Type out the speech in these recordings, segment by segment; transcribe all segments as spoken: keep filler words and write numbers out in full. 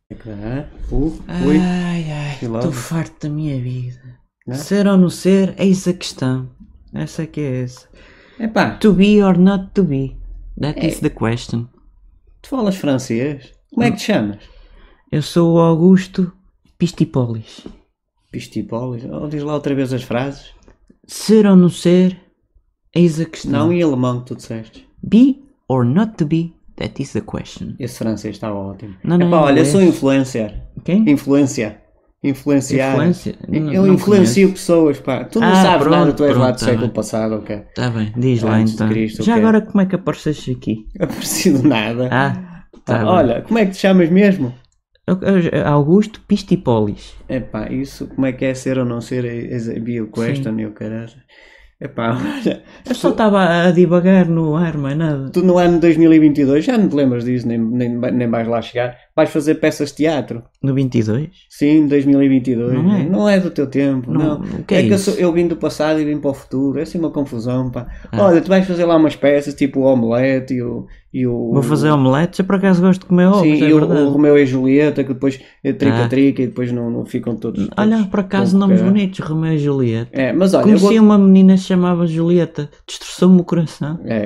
Uh, ui, Ai, ai, filósofo. estou farto da minha vida. Não? Ser ou não ser, eis a questão. Essa que é essa. Epá, To be or not to be. That É. is the question. tu falas francês? Como é que te chamas? Eu sou o Augusto Pistipolis. Pistipolis? Oh, diz lá outra vez as frases. Ser ou não ser, eis a questão. Não em alemão que tu disseste. Be or not to be, that is the question. Esse francês está ótimo. Não, não, Epá, olha, eu inglês. sou influencer. Quem? Influência. Influenciar. Influência? Não- Eu não influencio conheço. pessoas, pá. Tu não Ah, sabes pronto, nada, tu és lá pronto, do tá século bem. passado, ok? Tá bem, diz lá Antes de então. Cristo, Já ok. agora como é que apareceste aqui? Aparecido nada. Ah, tá Ah, bem. olha, como é que te chamas mesmo? Eu- eu- Augusto Pistipolis. Epá, isso, como é que é ser ou não ser? Is a bio question, meu caralho. Epá, olha, Eu só estava a divagar no ar, mais nada. tu no ano dois mil e vinte e dois, já não te lembras disso, nem, nem, nem vais lá chegar, vais fazer peças de teatro. No vinte e dois? Sim, dois mil e vinte e dois. Não é? Não é do teu tempo, Não, não. o que é que eu, isso? sou- eu vim do passado e vim para o futuro, é assim uma confusão, pá. Ah. Olha, tu vais fazer lá umas peças, tipo o Omelete e o... E o Vou fazer omeletes, eu por acaso gosto de comer ovos, Sim, é e o, verdade. o Romeu e a Julieta, que depois é trica-trica Ah. e depois não, não ficam todos... Olha, todos por acaso, com nomes cara. bonitos, Romeu e Julieta. É, mas olha, eu Conheci vou... uma menina que se chamava Julieta, destroçou-me o coração. É,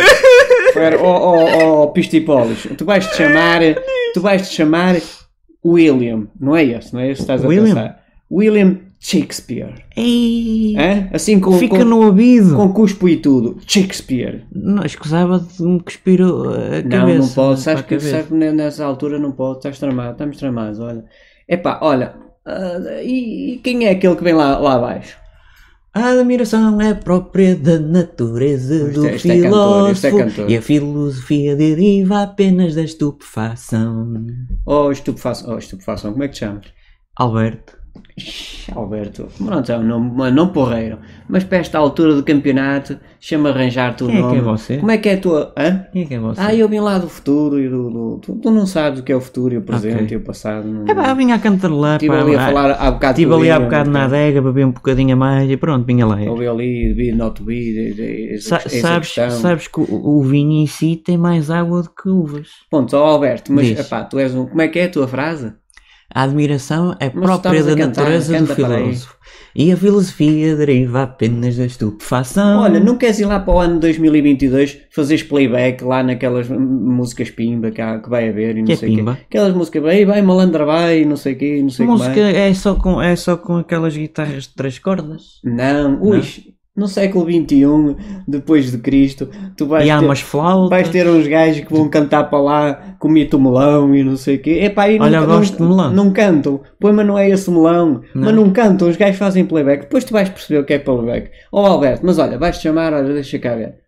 é, espera, ó oh, oh, Pistipolis, tu vais-te chamar, tu vais-te chamar William, não é esse, não é esse que estás a William? pensar? William Shakespeare, Ei, é? Assim com, fica com, no ouvido. com cuspo e tudo, Shakespeare. Não, escusava de me cuspir o- a Não, cabeça. não pode, sabes para a que, cabeça. sabes que nessa altura não pode, estás tramado, estamos tramados, olha. Epá, olha, ah, e, e quem é aquele que vem lá, lá abaixo? A admiração é própria da natureza Isto do é- isto é cantor, isto é filósofo cantor. e a filosofia deriva apenas da estupefação. Oh, estupefação, oh, estupefação, como é que te chamas? Alberto, Ixi, Alberto, pronto, é um nome, não porreiro, mas para esta altura do campeonato, chama arranjar-te o Quem é nome. que é você? Como é que é a tua. Hã? quem é que é você? Ah, eu vim lá do futuro e do. do- tu, tu não sabes o que é o futuro e o presente Ok. e o passado. Não, É pá, eu vinha a cantarolar, Estive pá, ali a ah, falar há bocado. estive com o ali há William, bocado na então. adega, bebi um bocadinho a mais e pronto, vinha lá. Ouvi ali, be not to be, essa, Sa- essa sabes, questão. sabes que o, o vinho em si tem mais água do que uvas. Ponto, ó Alberto, mas Diz. epá, tu és um. Como é que é a tua frase? A admiração é Mas própria estavas da a cantar, natureza do canta para aí. filósofo e a filosofia deriva apenas da estupefação. Olha, não queres ir lá para o ano dois mil e vinte e dois fazeres playback lá naquelas m- músicas pimba que, há, que vai haver e não Que é sei o quê. pimba? Aquelas músicas, vai, vai, malandra vai, não sei o quê, não sei o que música mais. é só, com, é só com aquelas guitarras de três cordas. Não, ui, no século vinte e um, depois de Cristo, tu vais E há ter, umas flautas. vais ter uns gajos que vão cantar para lá com mito melão e não sei o quê. Epá, e Olha, não, eu gosto não, de melão. não cantam. Pois, mas não é esse melão. Não. Mas não cantam, os gajos fazem playback. Depois tu vais perceber o que é playback. Ó Alberto, mas olha, vais-te chamar, olha, deixa cá ver.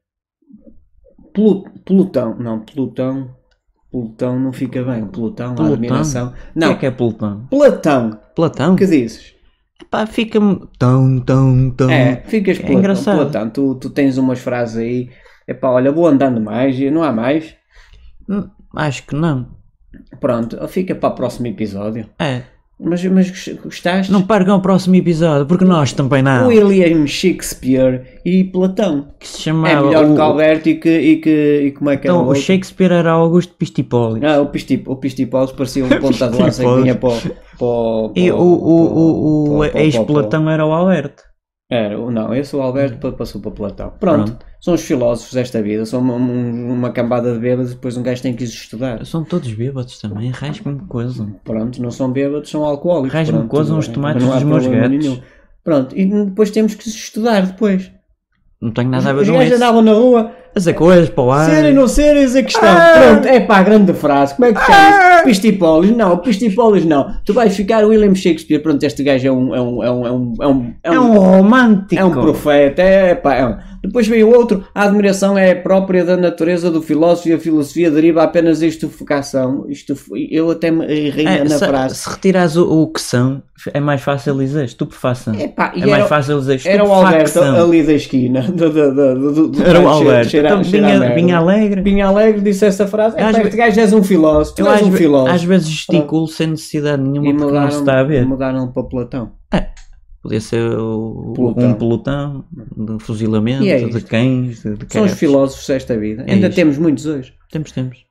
Plu- Plutão, não, Plutão, Plutão não fica bem. Plutão, a Plutão? admiração. O que Não, é que é Plutão? Platão, Platão? que dizes? Epá, fica-me tão, tão, tão... É, ficas é Platão. engraçado. Platão, tu, tu tens umas frases aí. Epá, olha, vou andando mais e não há mais. Hum, Acho que não. Pronto, fica para o próximo episódio. É, Mas, mas gostaste? não percam o próximo episódio, porque nós também não. William Shakespeare e Platão. Que se É chamava... melhor o, que Alberto e que, e que e como é que era Então, o o outro? Shakespeare era Augusto Pistipolis. Ah, o Pistip, o Pistipolis parecia um ponta de lança que vinha para o... Para o, E para o, o, o, o para- para- ex-Platão era o Alberto. Era, o- não, esse o Alberto pa- passou para Platão. Pronto, Pronto. são os filósofos desta vida, são uma, um- uma cambada de bêbados e depois um gajo tem que os estudar. São todos bêbados também, raspa-me coisa. Pronto, não são bêbados, são alcoólicos. Rasga-me Pronto, coisa tudo uns bem. tomates Não há dos meus problema gatos. nenhum. Pronto, e depois temos que os estudar depois. Não tenho nada a ver Os com gajos isso. andavam na rua, Essa coisa para o ar. serem não serem, eis a questão. Ah! Pronto, é pá, grande frase. Como é que te chamas? Pistipolis? Não, Pistipolis não. Tu vais ficar William Shakespeare. Pronto, este gajo é um... É um, é um, é um, é um, É um romântico. é um profeta. É, pá, é um. Depois veio o outro. A admiração é própria da natureza do filósofo e a filosofia deriva apenas da estupefação. Isto, eu até me errei É, na se, frase. se retirares o, o que são, é mais fácil dizer estupefação. É, pá, e É mais era, fácil dizer era o Alberto estupefacção. ali da esquina. Do, do, do, do, do, Era o cheira- Alberto. cheira- Então, cheira a vinha, merda. vinha alegre. Vinha Alegre disse essa frase. Eu É, às pá, ve- este gajo és um filósofo. Tu Eu és às, um ve- filósofo. às vezes gesticulo sem necessidade nenhuma E porque não mudaram, se está a ver. mudaram para Platão. Podia ser o, Pelotão. um pelotão de fuzilamento, E é de isto. cães, de, de São os cães. filósofos desta vida. É Ainda isto. temos muitos hoje. Temos, temos.